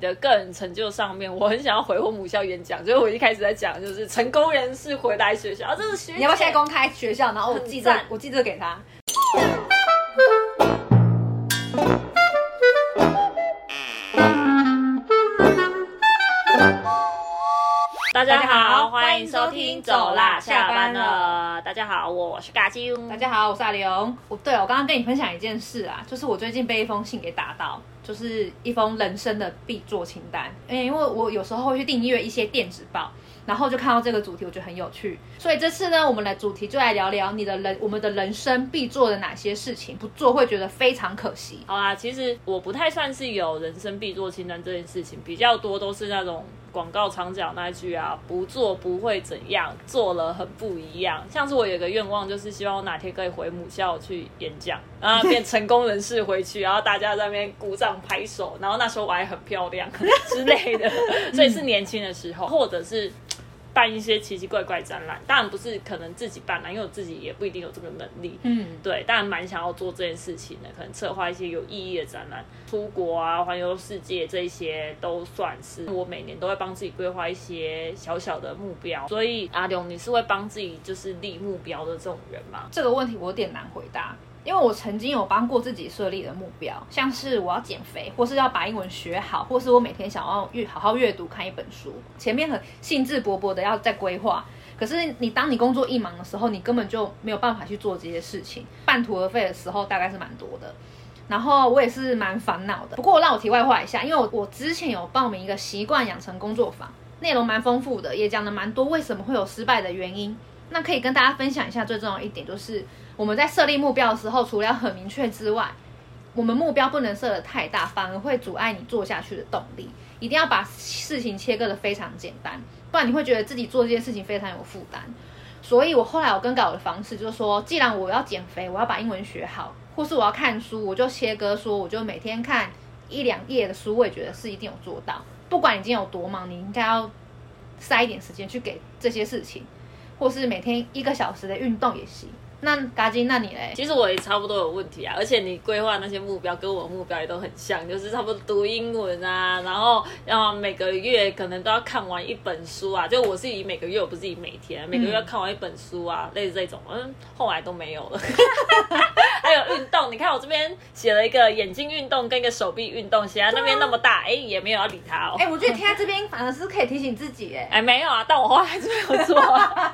的个人成就上面，我很想要回我母校演讲，就是我一开始在讲，就是成功人士回来学校，这是学姐， 你要不要现在公开学校，然后我记这给他。 大家好，欢迎收听走啦，下班了。大家好，我是嘎金。 大家好，我是阿玲。对了，我刚刚跟你分享一件事啊，就是我最近被一封信给打到，就是一封人生的必做清单。因为我有时候会去订阅一些电子报，然后就看到这个主题，我觉得很有趣，所以这次呢，我们的主题就来聊聊我们的人生必做的哪些事情，不做会觉得非常可惜。 好啦，其实我不太算是有人生必做清单这件事情，比较多都是那种广告常讲那句啊，不做不会怎样，做了很不一样。像是我有个愿望，就是希望我哪天可以回母校去演讲，然后变成功人士回去，然后大家在那边鼓掌拍手，然后那时候我还很漂亮之类的，所以是年轻的时候，或者是办一些奇奇怪怪展览，当然不是可能自己办啦，因为我自己也不一定有这个能力。对，当然蛮想要做这件事情的，可能策划一些有意义的展览，出国啊、环游世界这些都算是。我每年都会帮自己规划一些小小的目标，所以阿勇，你是会帮自己就是立目标的这种人吗？ 这个问题我有点难回答。因为我曾经有帮过自己设立的目标，像是我要减肥，或是要把英文学好，或是我每天想要好好阅读看一本书，前面很兴致勃勃的要在规划，可是当你工作一忙的时候，你根本就没有办法去做这些事情，半途而废的时候大概是蛮多的。然后我也是蛮烦恼的。不过让我题外话一下，因为我之前有报名一个习惯养成工作坊，内容蛮丰富的，也讲了蛮多为什么会有失败的原因。那可以跟大家分享一下最重要的一点，就是我们在设立目标的时候，除了要很明确之外，我们目标不能设得太大，反而会阻碍你做下去的动力。一定要把事情切割得非常简单，不然你会觉得自己做这件事情非常有负担。所以我后来有更改我的方式，就是说，既然我要减肥，我要把英文学好，或是我要看书，我就切割说，我就每天看1-2页的书，我也觉得是一定有做到。不管你今天有多忙，你应该要塞一点时间去给这些事情。或是每天1个小时的运动也行。那嘎金，那你嘞？ 其实我也差不多有问题啊，而且你规划那些目标跟我的目标也都很像，就是差不多读英文啊，然后每个月可能都要看完一本书啊，就我是以每个月，我不是以每天，每个月要看完一本书啊，类似这种，后来都没有了。还有运动，你看我这边写了一个眼睛运动跟一个手臂运动，写在那边那么大，也没有要理他哦。 我觉得贴在这边反而是可以提醒自己， 没有啊，但我后来还是没有做啊。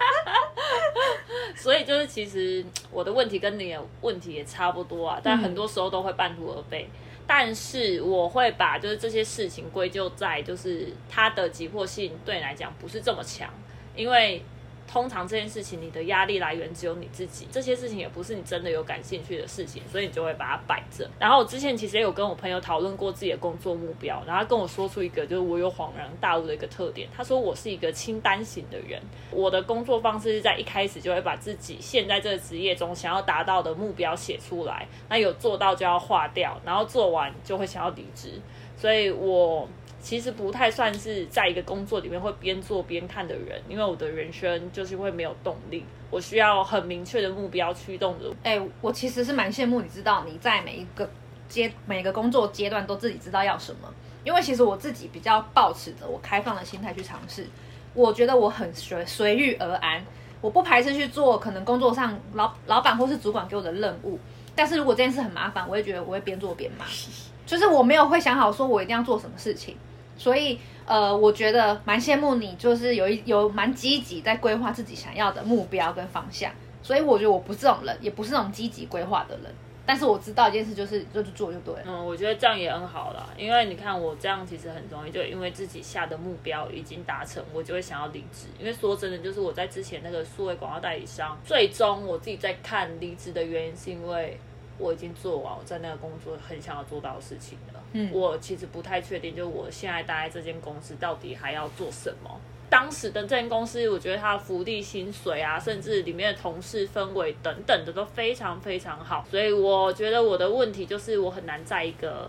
所以就是其实我的问题跟你的问题也差不多啊，但很多时候都会半途而废。但是我会把就是这些事情归咎在就是它的急迫性对你来讲不是这么强，因为通常这件事情你的压力来源只有你自己，这些事情也不是你真的有感兴趣的事情，所以你就会把它摆着。然后我之前其实也有跟我朋友讨论过自己的工作目标，然后他跟我说出一个就是我有恍然大悟的一个特点，他说我是一个清单型的人，我的工作方式是在一开始就会把自己现在这个职业中想要达到的目标写出来，那有做到就要划掉，然后做完就会想要离职。所以我其实不太算是在一个工作里面会边做边看的人，因为我的人生就是会没有动力，我需要很明确的目标驱动着。 我其实是蛮羡慕你知道你在每个工作阶段都自己知道要什么，因为其实我自己比较抱持着我开放的心态去尝试，我觉得我很随遇而安，我不排斥去做可能工作上老板或是主管给我的任务，但是如果这件事很麻烦，我会觉得我会边做边忙，就是我没有会想好说我一定要做什么事情。所以我觉得蛮羡慕你，就是有蛮积极在规划自己想要的目标跟方向。所以我觉得我不是这种人，也不是那种积极规划的人。但是我知道一件事，就是做就对了。 我觉得这样也很好啦，因为你看我这样其实很容易，就因为自己下的目标已经达成，我就会想要离职。因为说真的，就是我在之前那个数位广告代理商，最终我自己在看离职的原因，是因为我已经做完我在那个工作很想要做到的事情了。我其实不太确定，就我现在待在这间公司到底还要做什么。当时的这间公司，我觉得它的福利、薪水啊，甚至里面的同事氛围等等的都非常非常好，所以我觉得我的问题就是我很难在一个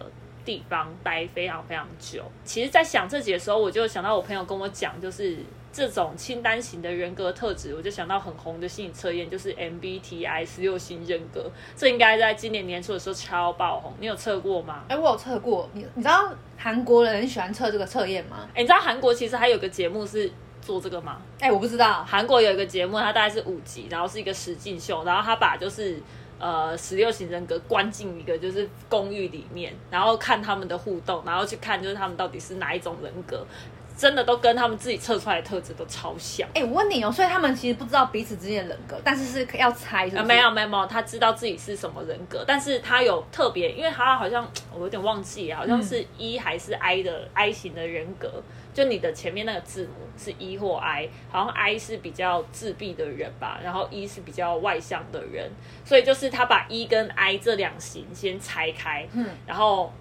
地方待非常非常久。其实，在想这集的时候，我就想到我朋友跟我讲，就是这种清单型的人格特质，我就想到很红的心理测验，就是 MBTI 16型人格，这应该在今年年初的时候超爆红。你有测过吗？ 我有测过。你知道韩国人很喜欢测这个测验吗？ 你知道韩国其实还有个节目是做这个吗？ 我不知道。 韩国有一个节目，它大概是5集，然后是一个实境秀，然后他把就是16型人格关进一个就是公寓里面，然后看他们的互动，然后去看就是他们到底是哪一种人格。真的都跟他们自己测出来的特质都超像。 我问你所以他们其实不知道彼此之间的人格，但是要猜是不是？ 没有，他知道自己是什么人格，但是他有特别，因为他好像我有点忘记，好像是 E 还是 I 的 I 型的人格，就你的前面那个字母是 E 或 I， 好像 I 是比较自闭的人吧，然后 E 是比较外向的人，所以就是他把 E 跟 I 这2型先拆开，然后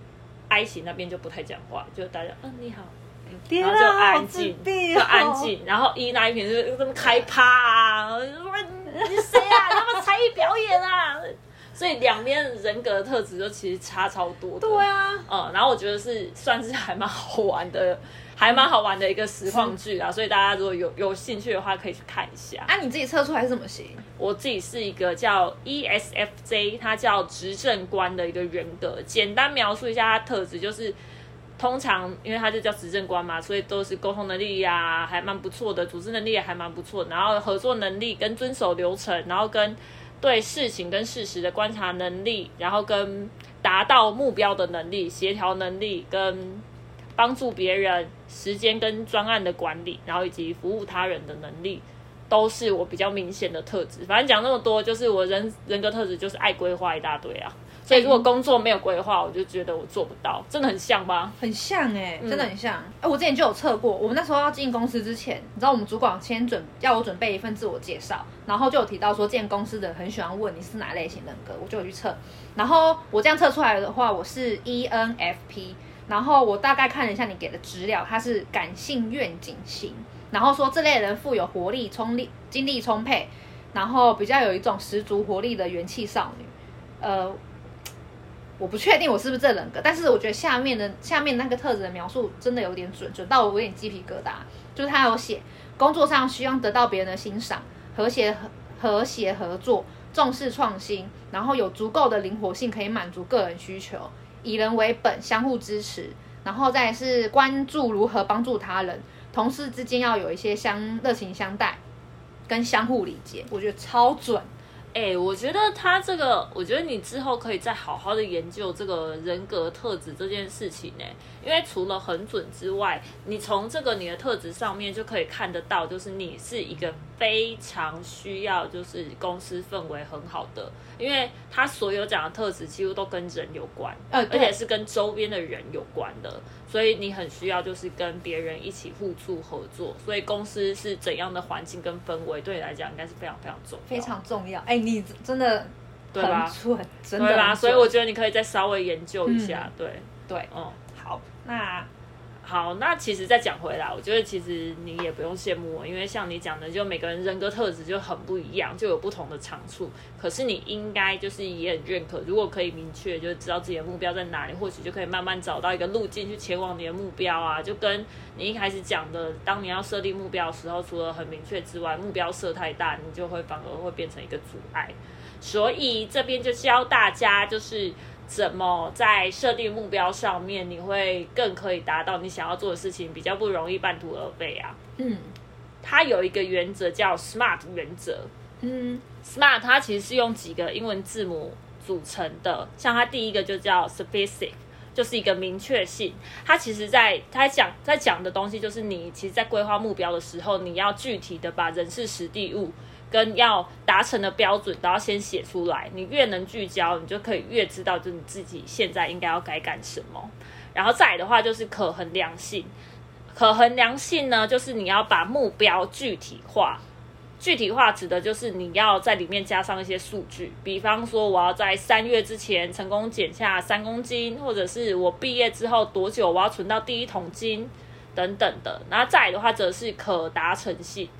I 型那边就不太讲话，就大家你好。然后就安静，就安静。然后E那一篇就这么开趴啊，你谁啊？他们才艺表演啊！所以两边人格的特质就其实差超多的。 对啊， 然后我觉得算是还蛮好玩的一个实况剧啊，所以大家如果有兴趣的话，可以去看一下。 你自己测出来是怎么型？ 我自己是一个叫 ESFJ， 它叫执政官的一个人格。简单描述一下它特质，就是通常因为他就叫执政官嘛，所以都是沟通能力呀还蛮不错的，组织能力也还蛮不错，然后合作能力跟遵守流程，然后跟对事情跟事实的观察能力，然后跟达到目标的能力、协调能力跟帮助别人、时间跟专案的管理，然后以及服务他人的能力，都是我比较明显的特质。反正讲那么多，就是我人格特质就是爱规划一大堆啊。所以如果工作没有规划，我就觉得我做不到。真的很像吧？ 很像真的很像。我之前就有测过，我们那时候要进公司之前，你知道我们主管先要我准备一份自我介绍，然后就有提到说进公司的人很喜欢问你是哪类型人格，我就有去测。然后我这样测出来的话，我是 ENFP， 然后我大概看了一下你给的资料，它是感性愿景型，然后说这类人富有活力、精力充沛，然后比较有一种十足活力的元气少女。我不确定我是不是这人格，但是我觉得下面那个特质的描述真的有点准到我有点鸡皮疙瘩。就是他有写工作上需要得到别人的欣赏，和谐合作，重视创新，然后有足够的灵活性可以满足个人需求，以人为本，相互支持，然后再来是关注如何帮助他人，同事之间要有一些热情相待跟相互理解，我觉得超准。 我觉得我觉得你之后可以再好好的研究这个人格特质这件事情呢，因为除了很准之外，你从你的特质上面就可以看得到，就是你是一个非常需要就是公司氛围很好的，因为他所有讲的特质几乎都跟人有关，而且是跟周边的人有关的，所以你很需要就是跟别人一起互助合作，所以公司是怎样的环境跟氛围对你来讲应该是非常非常重要， 非常重要。你真的很准，真的对吧？所以我觉得你可以再稍微研究一下，对，好，那其实再讲回来，我觉得其实你也不用羡慕我，因为像你讲的，就每个人人格特质就很不一样，就有不同的长处。可是你应该就是也很认可，如果可以明确就知道自己的目标在哪里，或许就可以慢慢找到一个路径去前往你的目标啊。就跟你一开始讲的，当你要设定目标的时候，除了很明确之外，目标设太大，你就会反而会变成一个阻碍。所以这边就教大家就是怎么在设定目标上面，你会更可以达到你想要做的事情，比较不容易半途而废啊。它有一个原则叫 SMART 原则。SMART 它其实是用几个英文字母组成的，像它第一个就叫 specific， 就是一个明确性。它其实在讲的东西就是你其实在规划目标的时候，你要具体的把人事时地物跟要达成的标准都要先写出来，你越能聚焦，你就可以越知道就你自己现在应该要该干什么。然后再来的话就是可衡量性。可衡量性呢，就是你要把目标具体化。具体化指的就是你要在里面加上一些数据，比方说我要在3月之前成功减下3公斤，或者是我毕业之后多久我要存到第1桶金等等的。然后再来的话则是可达成性。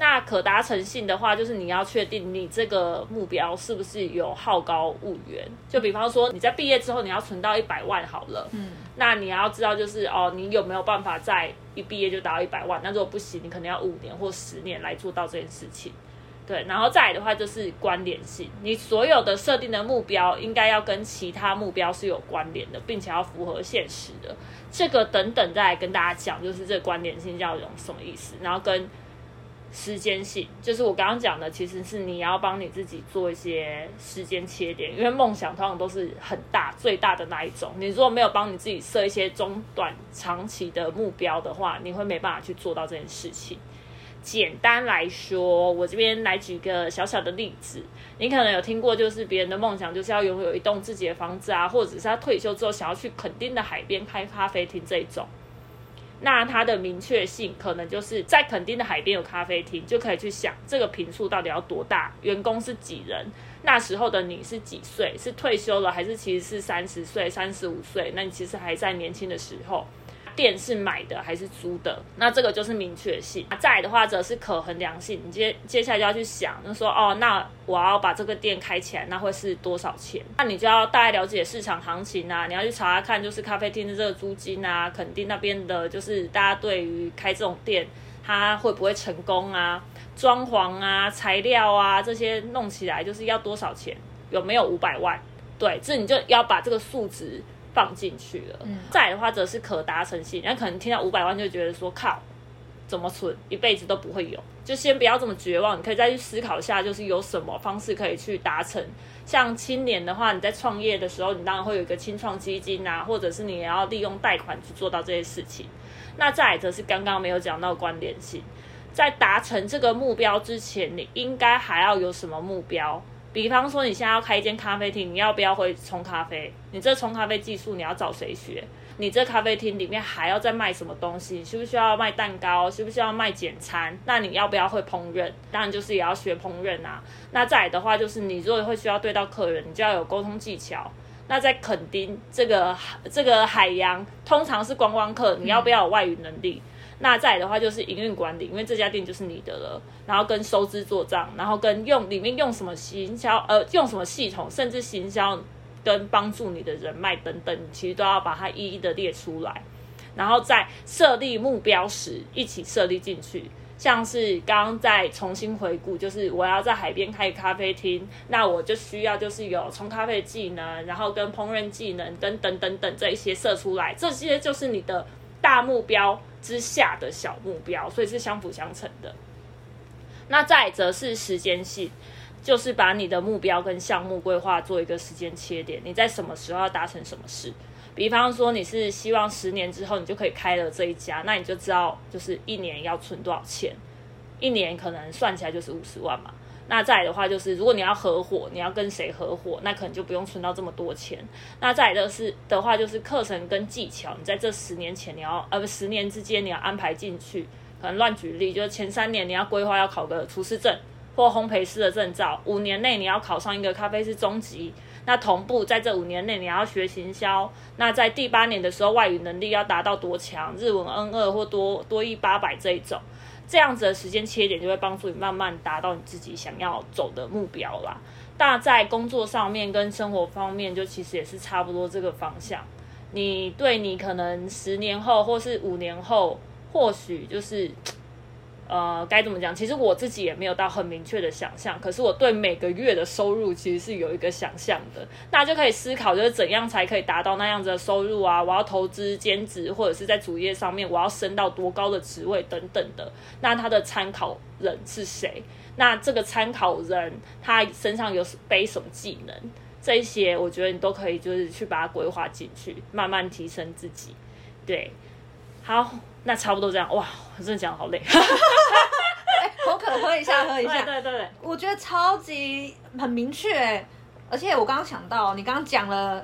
那可达成性的话，就是你要确定你这个目标是不是有好高骛远。就比方说你在毕业之后你要存到100万好了，那你要知道就是你有没有办法在一毕业就达到100万？那如果不行，你可能要5年或10年来做到这件事情。对，然后再来的话就是关联性，你所有的设定的目标应该要跟其他目标是有关联的，并且要符合现实的。这个等等再来跟大家讲，就是这个关联性要有什么意思，然后跟时间性，就是我刚刚讲的，其实是你要帮你自己做一些时间切点，因为梦想通常都是很大、最大的那一种。你如果没有帮你自己设一些中短长期的目标的话，你会没办法去做到这件事情。简单来说，我这边来举个小小的例子，你可能有听过，就是别人的梦想就是要拥有一栋自己的房子啊，或者是他退休之后想要去垦丁的海边开咖啡厅这一种。那它的明确性可能就是在垦丁的海边有咖啡厅，就可以去想这个坪数到底要多大，员工是几人，那时候的你是几岁，是退休了还是其实是30岁、35岁，那你其实还在年轻的时候。店是买的还是租的，那这个就是明确性。再来的话则是可衡量性，你接下来就要去想，就说那我要把这个店开起来，那会是多少钱？那你就要大概了解市场行情啊，你要去查看就是咖啡厅的这个租金啊，垦丁那边的就是大家对于开这种店它会不会成功啊，装潢啊、材料啊这些弄起来就是要多少钱，有没有500万？对，这你就要把这个数值放进去了。再来的话则是可达成性，人家可能听到500万就觉得说靠，怎么存一辈子都不会有，就先不要这么绝望，你可以再去思考一下，就是有什么方式可以去达成。像青年的话，你在创业的时候，你当然会有一个青创基金啊，或者是你也要利用贷款去做到这些事情。那再来则是刚刚没有讲到关联性，在达成这个目标之前，你应该还要有什么目标？比方说你现在要开一间咖啡厅，你要不要会冲咖啡？你这冲咖啡技术你要找谁学？你这咖啡厅里面还要再卖什么东西？需不需要卖蛋糕？需不需要卖简餐？那你要不要会烹饪？当然就是也要学烹饪啊。那再来的话就是你如果会需要对到客人，你就要有沟通技巧。那在垦丁这个海洋通常是观光客，你要不要有外语能力？那再来的话就是营运管理，因为这家店就是你的了，然后跟收支做账，然后跟里面用什么行销，用什么系统，甚至行销跟帮助你的人脉等等，你其实都要把它一一的列出来，然后在设立目标时一起设立进去。像是刚刚再重新回顾，就是我要在海边开咖啡厅，那我就需要就是有冲咖啡的技能，然后跟烹饪技能等等等等这一些设出来，这些就是你的大目标之下的小目标，所以是相辅相成的。那再则是时间性，就是把你的目标跟项目规划做一个时间切点，你在什么时候要达成什么事。比方说你是希望10年之后你就可以开了这一家，那你就知道就是1年要存多少钱，1年可能算起来就是50万嘛。那再来的话就是如果你要合伙，你要跟谁合伙，那可能就不用存到这么多钱。那再来的话就是课程跟技巧，你在这10年前10年之间你要安排进去。可能乱举例，就是前3年你要规划要考个厨师证或烘焙师的证照，5年内你要考上一个咖啡师中级。那同步在这5年内你要学行销，那在第8年的时候外语能力要达到多强，日文 N2 或多益800这一种，这样子的时间切点就会帮助你慢慢达到你自己想要走的目标啦。那在工作上面跟生活方面就其实也是差不多这个方向，你对你可能10年后或是5年后或许就是该怎么讲？其实我自己也没有到很明确的想象，可是我对每个月的收入其实是有一个想象的，那就可以思考就是怎样才可以达到那样子的收入啊？我要投资兼职，或者是在主业上面我要升到多高的职位等等的。那他的参考人是谁？那这个参考人他身上有背什么技能？这一些我觉得你都可以就是去把它规划进去，慢慢提升自己。对，好。那差不多这样，哇，我真的讲得好累。 口渴喝一下，喝一下。 对， 我觉得超级很明确，而且我刚刚想到，你刚刚讲了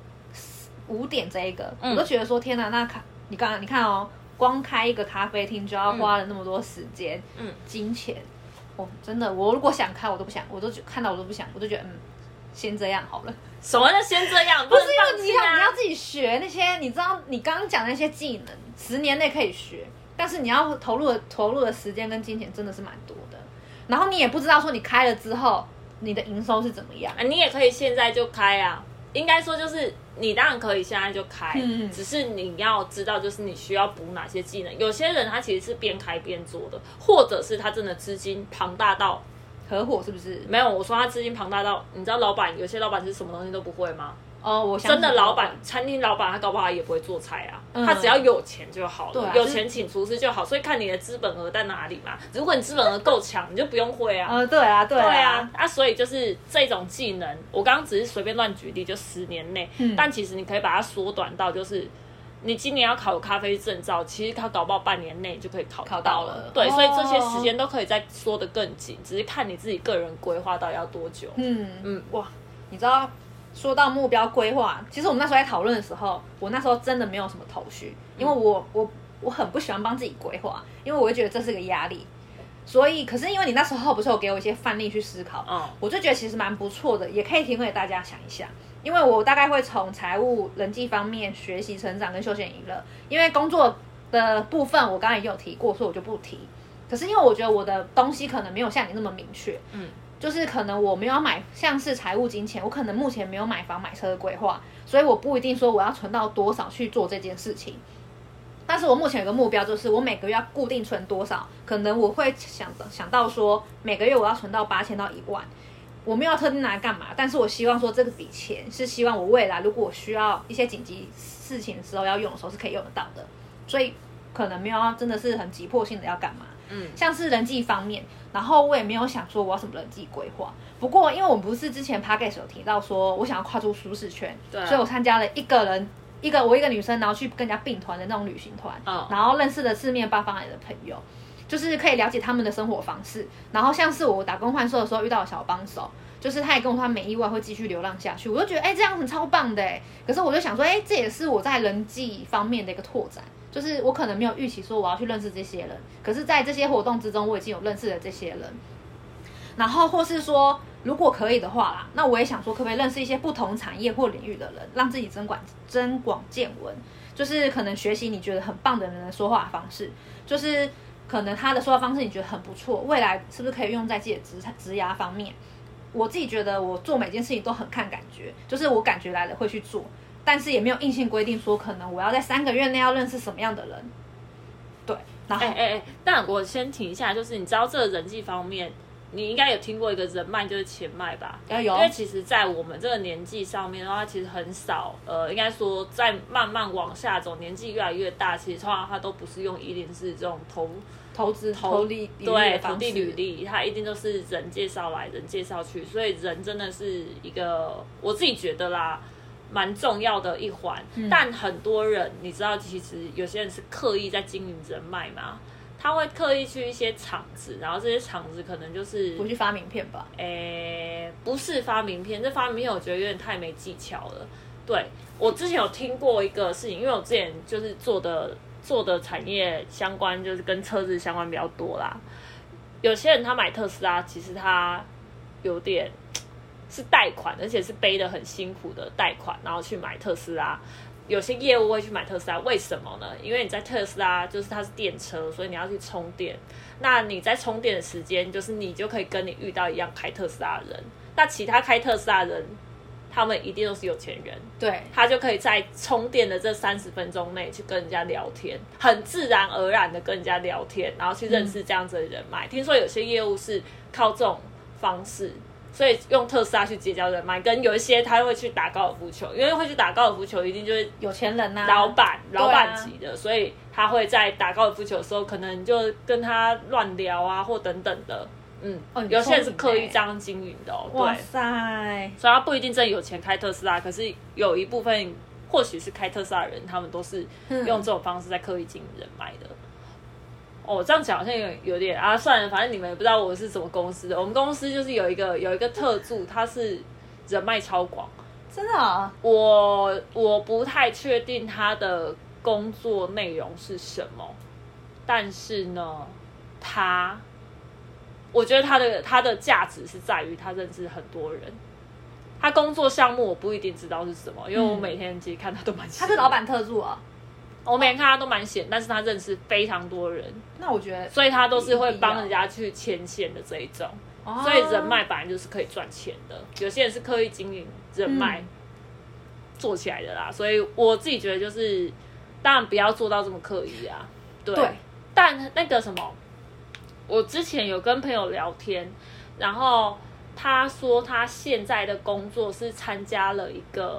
5点这一个，我都觉得说天哪，那你看哦，光开一个咖啡厅就要花了那么多时间、金钱，真的，我如果想开我都不想，我都看到我都不想，我就觉得先这样好了。 什么叫先这样？ 不是因为你要自己学那些，你知道你刚刚讲的那些技能，10年内可以学，但是你要投入的时间跟金钱真的是蛮多的。 然后你也不知道说你开了之后你的营收是怎么样。 你也可以现在就开啊，应该说就是你当然可以现在就开，只是你要知道就是你需要补哪些技能。有些人他其实是边开边做的，或者是他真的资金庞大到合伙，是不是？ 没有，我说他资金庞大到，你知道有些老板是什么东西都不会吗？ 我真的老板，餐厅老板他搞不好也不会做菜啊，他只要有钱就好了，有钱请厨师就好，所以看你的资本额在哪里嘛。如果你资本额够强，你就不用会啊。 对啊， 所以就是这种技能，我刚刚只是随便乱举例，就10年内，但其实你可以把它缩短到就是。你今年要考咖啡证照，其实他搞不好半年内就可以考到了。对，所以这些时间都可以再缩得更紧，只是看你自己个人规划到要多久。 哇，你知道说到目标规划，其实我们那时候在讨论的时候，我那时候真的没有什么头绪，因为我很不喜欢帮自己规划，因为我会觉得这是个压力。所以，可是因为你那时候不是有给我一些范例去思考，我就觉得其实蛮不错的，也可以提供给大家想一下。因为我大概会从财务、人际方面学习成长跟休闲娱乐，因为工作的部分我刚才也有提过，所以我就不提。可是因为我觉得我的东西可能没有像你那么明确，就是可能我没有买像是财务金钱，我可能目前没有买房买车的规划，所以我不一定说我要存到多少去做这件事情。但是我目前有个目标，就是我每个月要固定存多少，可能我会想到说每个月我要存到8000到1万。我没有特定拿来干嘛，但是我希望说这笔钱是希望我未来如果我需要一些紧急事情的时候要用的时候是可以用得到的，所以可能没有真的是很急迫性的要干嘛。像是人际方面，然后我也没有想说我要什么人际规划。不过因为我们不是之前 podcast 有提到说我想要跨出舒适圈，所以我参加了一个女生，然后去跟人家并团的那种旅行团，然后认识了四面八方来的朋友。就是可以了解他们的生活方式，然后像是我打工换宿的时候遇到的小帮手，就是他也跟我说他没意外会继续流浪下去，我就觉得这样很超棒的可是我就想说这也是我在人际方面的一个拓展，就是我可能没有预期说我要去认识这些人，可是在这些活动之中我已经有认识了这些人，然后或是说如果可以的话啦，那我也想说可不可以认识一些不同产业或领域的人，让自己增广见闻，就是可能学习你觉得很棒的人的说话方式，就是可能他的说话方式你觉得很不错，未来是不是可以用在自己的职涯方面。我自己觉得我做每件事情都很看感觉，就是我感觉来了会去做，但是也没有硬性规定说可能我要在3个月内要认识什么样的人。对，然后但我先停一下，就是你知道这个人际方面你应该有听过一个人脉就是钱脉吧？ 有， 因为其实在我们这个年纪上面的话，其实很少，应该说在慢慢往下走，年纪越来越大，其实通常他都不是用104这种投地履历，他一定都是人介绍来，人介绍去，所以人真的是一个我自己觉得啦，蛮重要的一环。但很多人你知道，其实有些人是刻意在经营人脉嘛。他会刻意去一些场子，然后这些场子可能就是不去发名片吧？ 不是发名片，这发名片我觉得有点太没技巧了。对，我之前有听过一个事情，因为我之前就是做的产业相关，就是跟车子相关比较多啦。有些人他买特斯拉，其实他有点是贷款，而且是背得很辛苦的贷款，然后去买特斯拉。有些业务会去买特斯拉，为什么呢？因为你在特斯拉就是它是电车，所以你要去充电。那你在充电的时间，就是你就可以跟你遇到一样开特斯拉的人。那其他开特斯拉的人，他们一定都是有钱人， 对， 他就可以在充电的这30分钟内去跟人家聊天，很自然而然的跟人家聊天，然后去认识这样子的人脉。听说有些业务是靠这种方式。所以用特斯拉去结交人脉，跟有一些他会去打高尔夫球，因为会去打高尔夫球一定就是有钱人啊， 老板级的，所以他会在打高尔夫球的时候，可能就跟他乱聊啊，或等等的。有些人是刻意这样经营的对， 哇塞， 所以他不一定真的有钱开特斯拉，可是有一部分或许是开特斯拉的人，他们都是用这种方式在刻意经营人脉的。这样讲好像有点啊，算了，反正你们也不知道我是什么公司的。我们公司就是有一个特助，他是人脉超广， 真的啊？ 我不太确定他的工作内容是什么，但是呢，我觉得他的价值是在于他认识很多人。他工作项目我不一定知道是什么，因为我每天其实看他都蛮喜欢。 他是老板特助啊？ 我每天看他都蛮闲，但是他认识非常多人， 那我觉得， 所以他都是会帮人家去牵线的这一种。所以人脉本来就是可以赚钱的，有些人是刻意经营人脉做起来的啦。所以我自己觉得就是，当然不要做到这么刻意啊。对。但那个什么，我之前有跟朋友聊天，然后他说他现在的工作是参加了一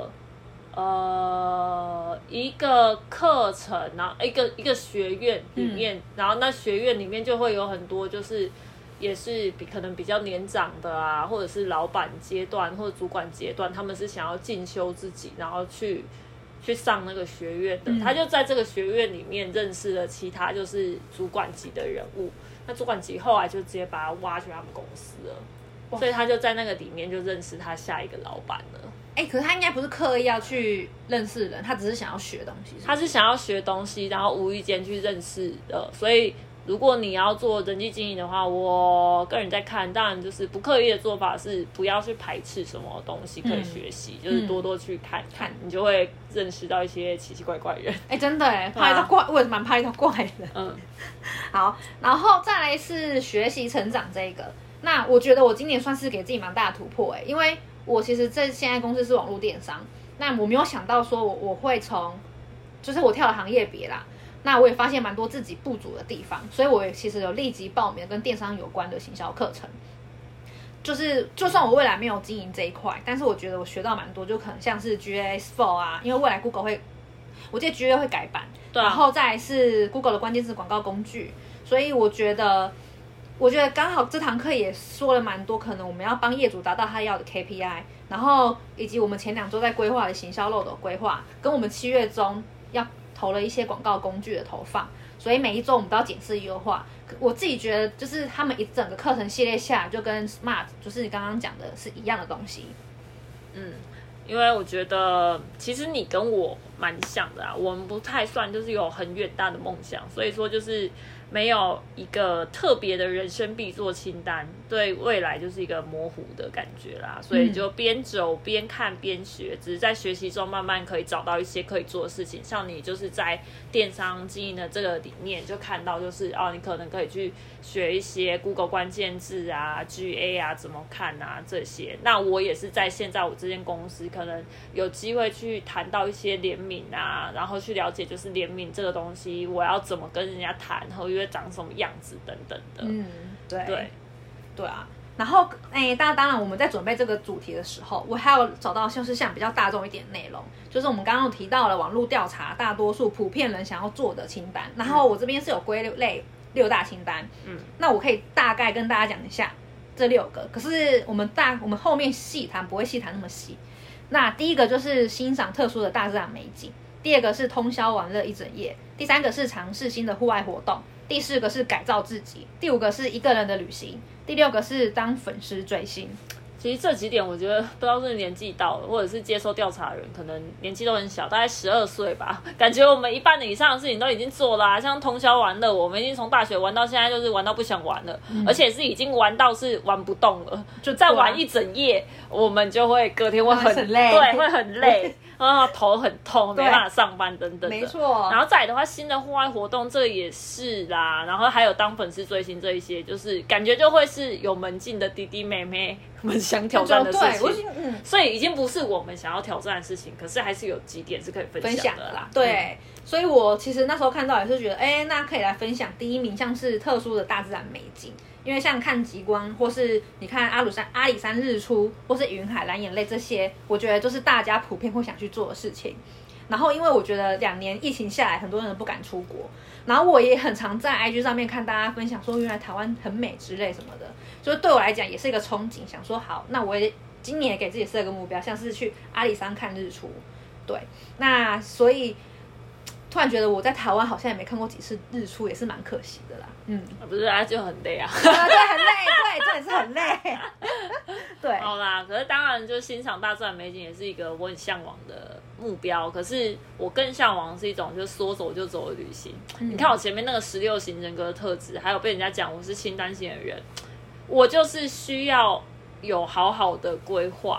个课程，然后一个学院里面，然后那学院里面就会有很多就是也是可能比较年长的啊，或者是老板阶段或者主管阶段，他们是想要进修自己，然后去上那个学院的。他就在这个学院里面认识了其他就是主管级的人物，那主管级后来就直接把他挖去他们公司了，所以他就在那个里面就认识他下一个老板了。 可是他应该不是刻意要去认识人，他只是想要学东西。 他是想要学东西，然后无意间去认识的。所以如果你要做人际经营的话，我个人在看，当然就是不刻意的做法是不要去排斥什么东西可以学习，就是多多去看，你就会认识到一些奇奇怪怪的人。 真的怕遇到怪，我也蛮怕遇到怪人。好，然后再来是学习成长这个。那我觉得我今年算是给自己蛮大的突破因为我其实现在公司是网络电商，那我没有想到说我会就是我跳了行业别啦，那我也发现蛮多自己不足的地方，所以我也其实有立即报名跟电商有关的行销课程。就算我未来没有经营这一块，但是我觉得我学到蛮多，就可能像是 GA4 啊，因为未来 Google 我记得 GA 会改版，然后再来是 Google 的关键字广告工具，所以我觉得刚好这堂课也说了蛮多，可能我们要帮业主达到他要的 KPI， 然后以及我们前2周在规划的行销漏斗规划，跟我们7月中要投了一些广告工具的投放，所以每一周我们都要检视优化。我自己觉得就是他们一整个课程系列下来，就跟 Smart 就是你刚刚讲的是一样的东西。 因为我觉得其实你跟我蛮像的啊，我们不太算就是有很远大的梦想，所以说就是没有一个特别的人生必做清单，对未来就是一个模糊的感觉啦，所以就边走边看边学，只是在学习中慢慢可以找到一些可以做的事情。像你就是在电商经营的这个里面就看到就是你可能可以去学一些 Google 关键字啊 GA 啊怎么看啊这些。那我也是在现在我这间公司可能有机会去谈到一些联名啊，然后去了解就是联名这个东西我要怎么跟人家谈，合约长什么样子等等的。 对啊。然后当然我们在准备这个主题的时候，我还有找到就是像比较大众一点的内容，就是我们刚刚提到了网络调查大多数普遍人想要做的清单，然后我这边是有归类6大清单。那我可以大概跟大家讲一下这6个，可是我们后面细谈不会细谈那么细。那第一个就是欣赏特殊的大自然美景，第2个是通宵玩乐一整夜，第3个是尝试新的户外活动，第4个是改造自己，第5个是一个人的旅行，第6个是当粉丝追星。 其实这几点我觉得不知道是年纪到了，或者是接受调查的人可能年纪都很小，大概12岁吧，感觉我们一半以上的事情都已经做了像通宵玩乐，我们已经从大学玩到现在，就是玩到不想玩了，而且是已经玩到是玩不动了，就再玩一整夜，我们就会隔天会很累，对，会很累头很痛，没办法上班等等的。 没错。 然后再来的话，新的户外活动这个也是啦，然后还有当粉丝追星这一些，就是感觉就会是有门禁的弟弟妹妹们想挑战的事情。所以已经不是我们想要挑战的事情，可是还是有几点是可以分享的啦。 对，所以我其实那时候看到也是觉得，那可以来分享。第1名像是特殊的大自然美景。因为像看极光，或是你看阿里山日出，或是云海蓝眼泪这些，我觉得就是大家普遍会想去做的事情。然后因为我觉得2年疫情下来，很多人不敢出国，然后我也很常在 IG 上面看大家分享说，原来台湾很美之类什么的，就是对我来讲也是一个憧憬，想说好，那我也今年也给自己设个目标，像是去阿里山看日出。对，那所以突然觉得我在台湾好像也没看过几次日出，也是蛮可惜的啦。 不是就很累啊。 对，很累，对，这也是很累。对， 好啦，可是当然就欣赏大自然美景也是一个我很向往的目标，可是我更向往的是一种就是说走就走的旅行。你看我前面那个16型人格的特质，还有被人家讲我是清单型的人，我就是需要有好好的规划，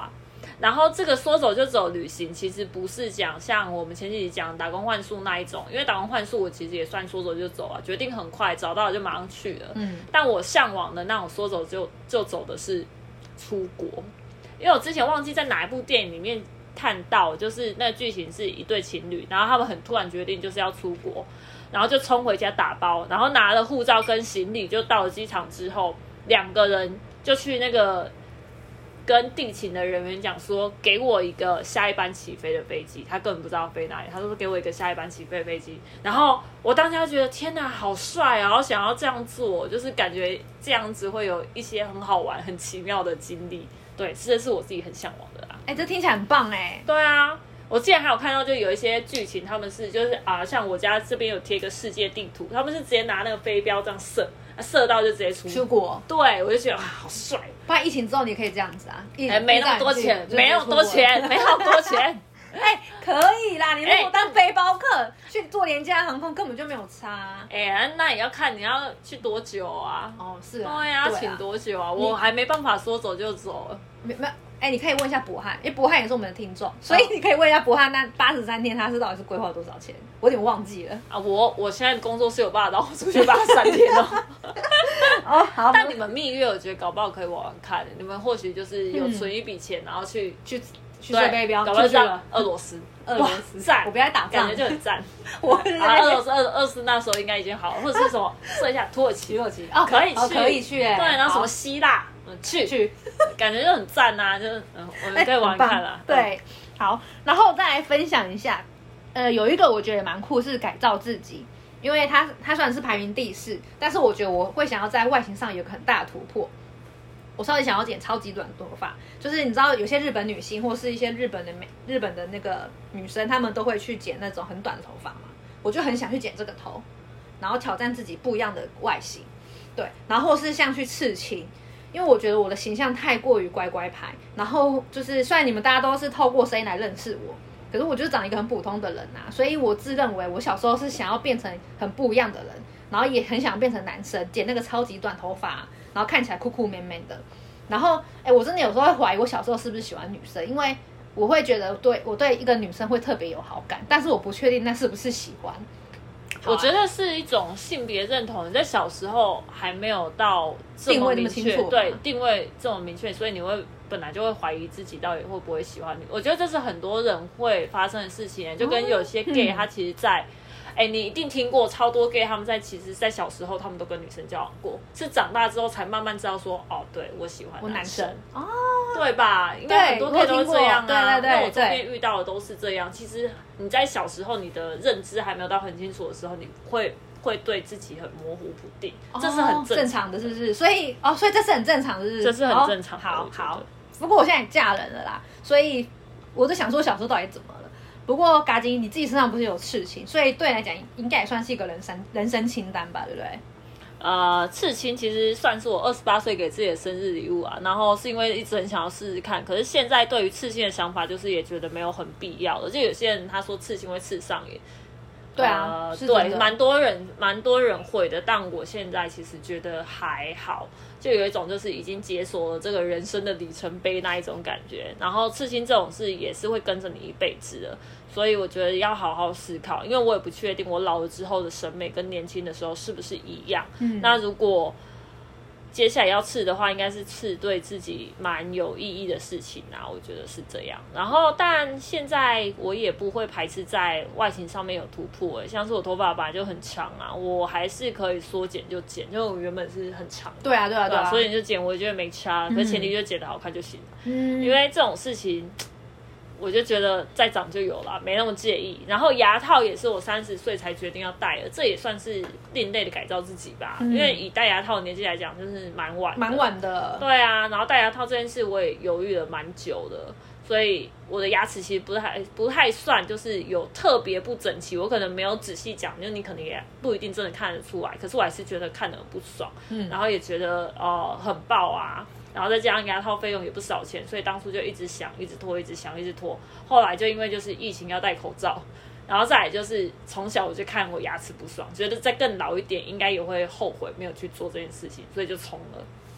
然后这个说走就走旅行，其实不是讲像我们前几集讲打工换宿那一种，因为打工换宿我其实也算说走就走啊，决定很快，找到了就马上去了。但我向往的那种说走就走的是出国，因为我之前忘记在哪一部电影里面看到，就是那个剧情是一对情侣，然后他们很突然决定就是要出国，然后就冲回家打包，然后拿了护照跟行李就到了机场之后，两个人就去那个跟地勤的人员讲说，给我一个下一班起飞的飞机，他根本不知道飞哪里，他说给我一个下一班起飞的飞机，然后我当下觉得天哪，好帅啊，好想要这样做，就是感觉这样子会有一些很好玩、很奇妙的经历，对，这是我自己很向往的啦。 这听起来很棒哎。 对啊。我之前还有看到，就有一些剧情，他们是就是像我家这边有贴一个世界地图，他们是直接拿那个飞镖这样射到就直接出国。 对，我就觉得好帅。 不然疫情之后你可以这样子啊， 没那么多钱，没那么多钱，没那么多钱。 可以啦，你如果当背包客去坐廉价航空根本就没有差。 那也要看你要去多久啊。 是啊。 对啊，请多久啊？我还没办法说走就走了。 没。你可以问一下博翰，因为博翰也是我们的听众，所以你可以问一下博翰，那83天他到底是规划多少钱？我有点忘记了啊。 我现在的工作是有办法让我出去83天哦。 好。 但你们蜜月，我觉得搞不好可以玩玩看。你们或许就是有存一笔钱，然后去射飞镖， 搞不好上俄罗斯赞， 我不要打仗， 感觉就很赞。俄罗斯那时候应该已经好了，或者是什么射一下土耳其可以去对，然后什么希腊去，感觉就很赞啊，就是我们可以玩看啦。 对，好，然后再来分享一下，有一个我觉得也蛮酷，是改造自己，因为它虽然是排名第4，但是我觉得我会想要在外形上有个很大的突破。我稍微想要剪超级短头发，就是你知道有些日本女星或是一些日本的那个女生，她们都会去剪那种很短的头发嘛，我就很想去剪这个头，然后挑战自己不一样的外形，对，然后或是像去刺青，因为我觉得我的形象太过于乖乖牌，然后就是虽然你们大家都是透过声音来认识我，可是我就是长一个很普通的人啊，所以我自认为我小时候是想要变成很不一样的人，然后也很想变成男生，剪那个超级短头发，然后看起来酷酷 man man 的。然后我真的有时候会怀疑我小时候是不是喜欢女生，因为我会觉得我对一个女生会特别有好感，但是我不确定那是不是喜欢。 我觉得是一种性别认同，你在小时候还没有到这么明确，对，定位这么明确，所以你会本来就会怀疑自己到底会不会喜欢你。我觉得这是很多人会发生的事情，就跟有些 gay 他其实在你一定听过超多 gay 他们其实在小时候他们都跟女生交往过，是长大之后才慢慢知道说对我喜欢男生对吧？应该很多 gay 都是这样啊。对，我周边遇到的都是这样。其实你在小时候你的认知还没有到很清楚的时候，你会对自己很模糊不定，这是很正常的，是不是？所以这是很正常的，是不是？ 这是很正常的。 好。不过我现在也嫁人了啦，所以我就想说小时候到底怎么了。不过嘎金你自己身上不是有刺青，所以对你来讲应该也算是一个人生清单吧，对不对？ 刺青其实算是我28岁给自己的生日礼物啊，然后是因为一直很想要试试看，可是现在对于刺青的想法就是也觉得没有很必要了，就有些人他说刺青会刺上瘾。 对啊， 对，蛮多人会的，但我现在其实觉得还好，就有一种就是已经解锁了这个人生的里程碑那一种感觉。然后刺青这种事也是会跟着你一辈子的，所以我觉得要好好思考，因为我也不确定我老了之后的审美跟年轻的时候是不是一样。那如果接下来要刺的话，应该是刺对自己蛮有意义的事情啊，我觉得是这样。然后，但现在我也不会排斥在外形上面有突破，像是我头发本来就很长啊，我还是可以说剪就剪，因为我原本是很长的。 对啊， 所以你就剪，我觉得没差，可是前提就剪得好看就行。因为这种事情。我就觉得再长就有了，没那么介意。然后牙套也是我30岁才决定要戴的，这也算是另类的改造自己吧。因为以戴牙套的年纪来讲，就是蛮晚的。对啊，然后戴牙套这件事我也犹豫了蛮久的，所以我的牙齿其实不太算，就是有特别不整齐。我可能没有仔细讲，就你可能也不一定真的看得出来。可是我还是觉得看得很不爽，然后也觉得很爆啊。然后再加上牙套费用也不少钱，所以当初就一直想，一直拖，一直想，一直拖。后来就因为就是疫情要戴口罩，然后再来就是从小我就看我牙齿不爽，觉得再更老一点应该也会后悔没有去做这件事情，所以就冲了。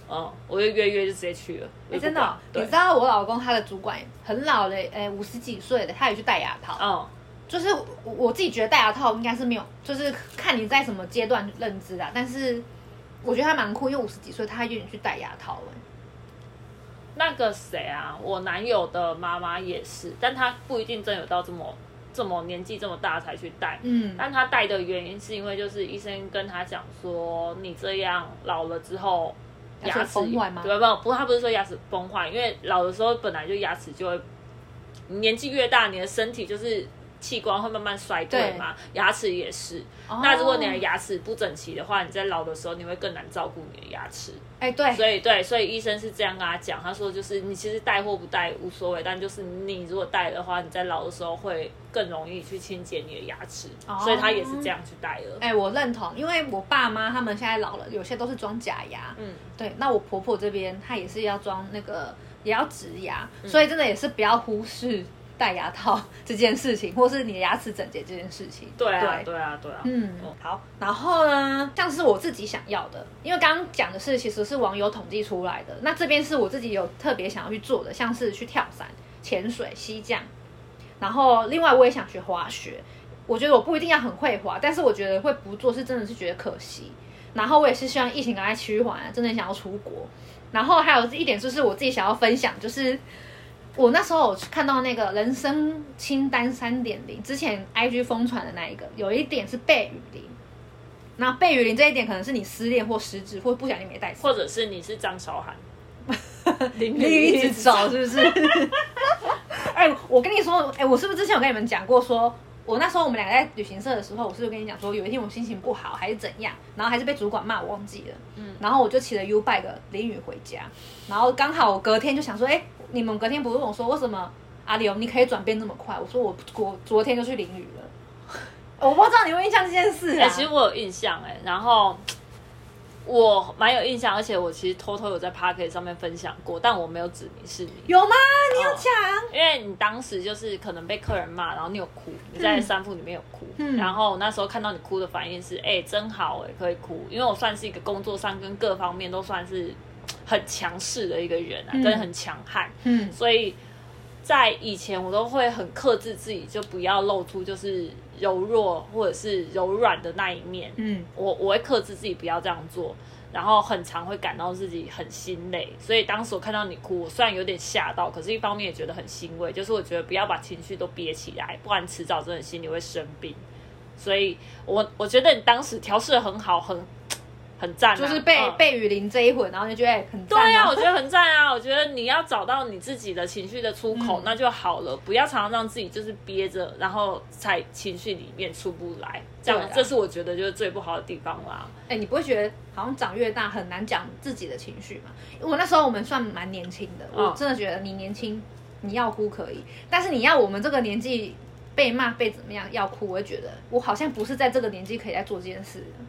我就约就直接去了。 真的你知道我老公他的主管很老的，50几岁的，他也去戴牙套。就是我自己觉得戴牙套应该是没有，就是看你在什么阶段认知啊。但是我觉得他蛮酷，因为50几岁他愿意去戴牙套了。 那个谁啊，我男友的妈妈也是，但他不一定真有到这么年纪这么大才去戴。但他戴的原因是因为就是医生跟他讲说，你这样老了之后牙齿崩坏吗？ 对，不，他不是说牙齿崩坏，因为老的时候本来就牙齿就会，年纪越大，你的身体就是器官会慢慢衰退嘛，牙齿也是。那如果你的牙齿不整齐的话，你在老的时候你会更难照顾你的牙齿。 对， 所以医生是这样跟他讲，他说就是你其实戴或不戴无所谓，但就是你如果戴的话，你在老的时候会更容易去清洁你的牙齿，所以他也是这样去戴的。 我认同，因为我爸妈他们现在老了，有些都是装假牙。对，那我婆婆这边她也是要装那个，也要植牙，所以真的也是不要忽视戴牙套这件事情，或是你的牙齿整洁这件事情。 对啊。 好。然后呢，像是我自己想要的，因为刚刚讲的是其实是网友统计出来的，那这边是我自己有特别想要去做的，像是去跳伞、潜水、溪降，然后另外我也想学滑雪。我觉得我不一定要很会滑，但是我觉得会不做是真的是觉得可惜。然后我也是希望疫情赶快趋缓，真的想要出国。然后还有一点就是我自己想要分享，就是我那时候有看到那个人生清单3.0，之前 IG 疯传的那一个，有一点是背雨林。那背雨林这一点可能是你失恋或失智，或不小心没带伞， 或者是你是张韶涵， 淋雨一直走，是不是？我跟你说，我是不是之前有跟你们讲过说？我那时候我们两个在旅行社的时候，我是不是跟你讲说，有一天我心情不好还是怎样，然后还是被主管骂，我忘记了。然后我就骑了 U-Bike 淋雨回家，然后刚好我隔天就想说，你们隔天不是问我说为什么阿刘你可以转变这么快？我说我昨天就去淋雨了。我不知道你有印象这件事啊？ 其实我有印象然后我蛮有印象，而且我其实偷偷有在 Podcast 上面分享过，但我没有指明是你。 有吗？你有讲？ 因为你当时就是可能被客人骂，然后你有哭，你在3副里面有哭，然后那时候看到你哭的反应是，真好可以哭，因为我算是一个工作上跟各方面都算是很强势的一个人跟很强悍，所以在以前我都会很克制自己，就不要露出就是柔弱或者是柔软的那一面。我会克制自己不要这样做，然后很常会感到自己很心累，所以当时我看到你哭，我虽然有点吓到，可是一方面也觉得很欣慰，就是我觉得不要把情绪都憋起来，不然迟早真的心里会生病。所以我觉得你当时调试得很好，很赞就是被雨淋这一会，然后就觉得很赞。 对啊，我觉得很赞啊！我觉得你要找到你自己的情绪的出口，那就好了，不要常常让自己就是憋着，然后在情绪里面出不来，这样这是我觉得就是最不好的地方啦。 你不会觉得好像长越大很难讲自己的情绪吗？我那时候我们算蛮年轻的，我真的觉得你年轻，你要哭可以，但是你要我们这个年纪被骂被怎么样要哭，我会觉得我好像不是在这个年纪可以来做这件事的。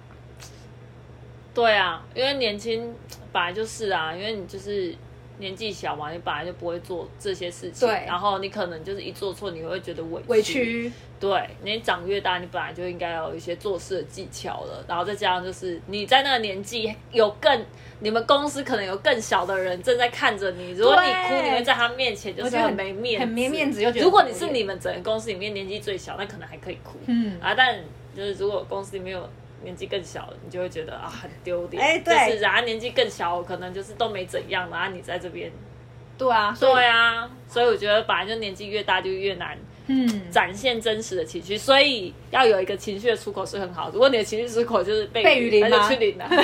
对啊，因为年轻本来就是啊，因为你就是年纪小嘛，你本来就不会做这些事情， 对， 然后你可能就是一做错，你会觉得委屈。 对，你长越大，你本来就应该有一些做事的技巧了，然后再加上就是你在那个年纪你们公司可能有更小的人正在看着你，如果你哭，你会在他面前就是很没面子， 很没面子，又觉得如果你是你们整个公司里面年纪最小，那可能还可以哭，但就是如果公司里面有年纪更小的，你就会觉得很丢脸。 对， 就是人家年纪更小，可能就是都没怎样，然后你在这边。 对啊， 所以我觉得本来就年纪越大就越难展现真实的情绪，所以要有一个情绪的出口是很好。如果你的情绪出口就是被雨淋，那就去淋了。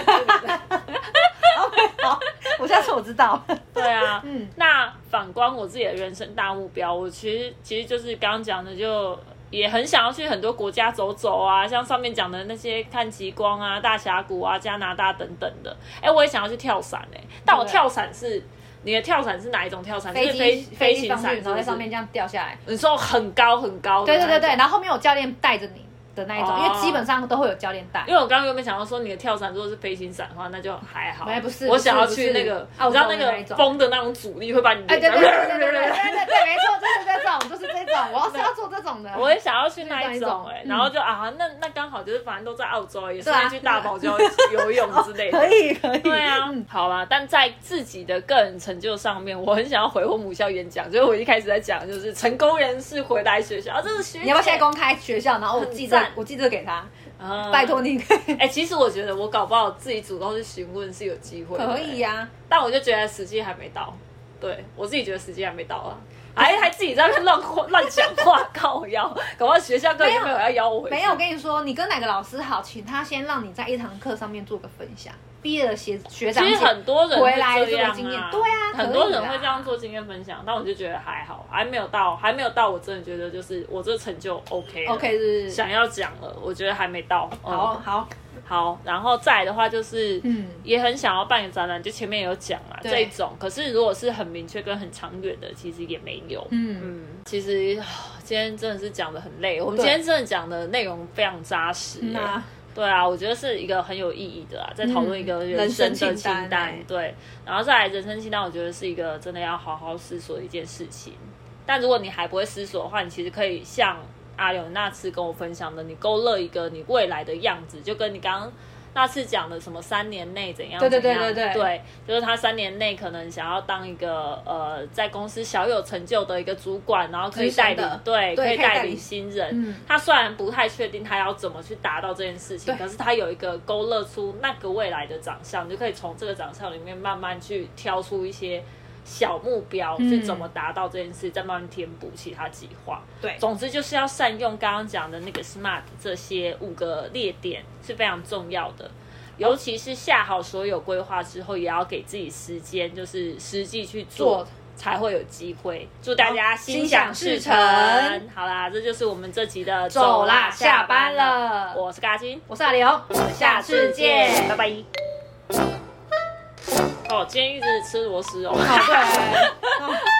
好，我下次我知道。 对啊，那反观我自己的人生大目标，我其实就是刚刚讲的就。也很想要去很多国家走走啊，像上面讲的那些看极光啊、大峡谷啊、加拿大等等的。我也想要去跳伞但我跳伞是你的跳伞是哪一种跳伞？ 飞行伞，然后在上面这样掉下来。 你说很高很高的？ 对，然后后面有教练带着你。 的那一种，因为基本上都会有教练带。 因为我刚刚原本想要说你的跳伞如果是飞行伞的话，那就还好。 不是， 我想要去那个，你知道那个风的那种阻力会把你。 对，没错，就是这种，我要做这种的。 我也想要去那一种然后就那刚好就是反正都在澳洲，也顺便去大堡礁游泳之类的。 可以。 对啊，好啦，但在自己的个人成就上面，我很想要回我母校演讲，就是我一开始在讲，就是成功人士回来学校，这是学姐。 你要不要现在公开学校，然后我寄这给他？拜托你。 其实我觉得我搞不好自己主动去询问是有机会的。 可以呀， 但我就觉得时机还没到。对，我自己觉得时机还没到啊。还自己在那边乱讲话，靠腰，搞不好学校根本就没有要邀我回去。 没有，我跟你说，你跟哪个老师好，请他先让你在一堂课上面做个分享。毕业的学长姐， 其实很多人回来这样经验，对啊， 很多人会这样做经验分享，但我就觉得还好，还没有到，我真的觉得就是我这成就 OK 是想要讲了，我觉得还没到。 好， 然后再来的话就是，也很想要办个展览，就前面有讲啊这一种，可是如果是很明确跟很长远的，其实也没有。其实今天真的是讲得很累，我们今天真的讲的内容非常扎实。对啊，我觉得是一个很有意义的在讨论一个人生的清单。对，然后再来人生清单，我觉得是一个真的要好好思索的一件事情。但如果你还不会思索的话，你其实可以像阿柳那次跟我分享的，你勾勒一个你未来的样子，就跟你刚刚那次讲的什么3年内怎样怎样，对，就是他3年内可能想要当一个在公司小有成就的一个主管，然后可以带领可以带领新人。他虽然不太确定他要怎么去达到这件事情，可是他有一个勾勒出那个未来的长相，你就可以从这个长相里面慢慢去挑出一些小目标，去怎么达到这件事，再慢慢填补其他计划。 对， 总之就是要善用刚刚讲的那个 SMART 这些5个列点是非常重要的，尤其是下好所有规划之后，也要给自己时间，就是实际去做，才会有机会。祝大家心想事成。好啦，这就是我们这集的走啦，下班了。 我是嘎金， 我是阿刘，我们下次见， 拜拜。今天一直吃螺丝哦。 对。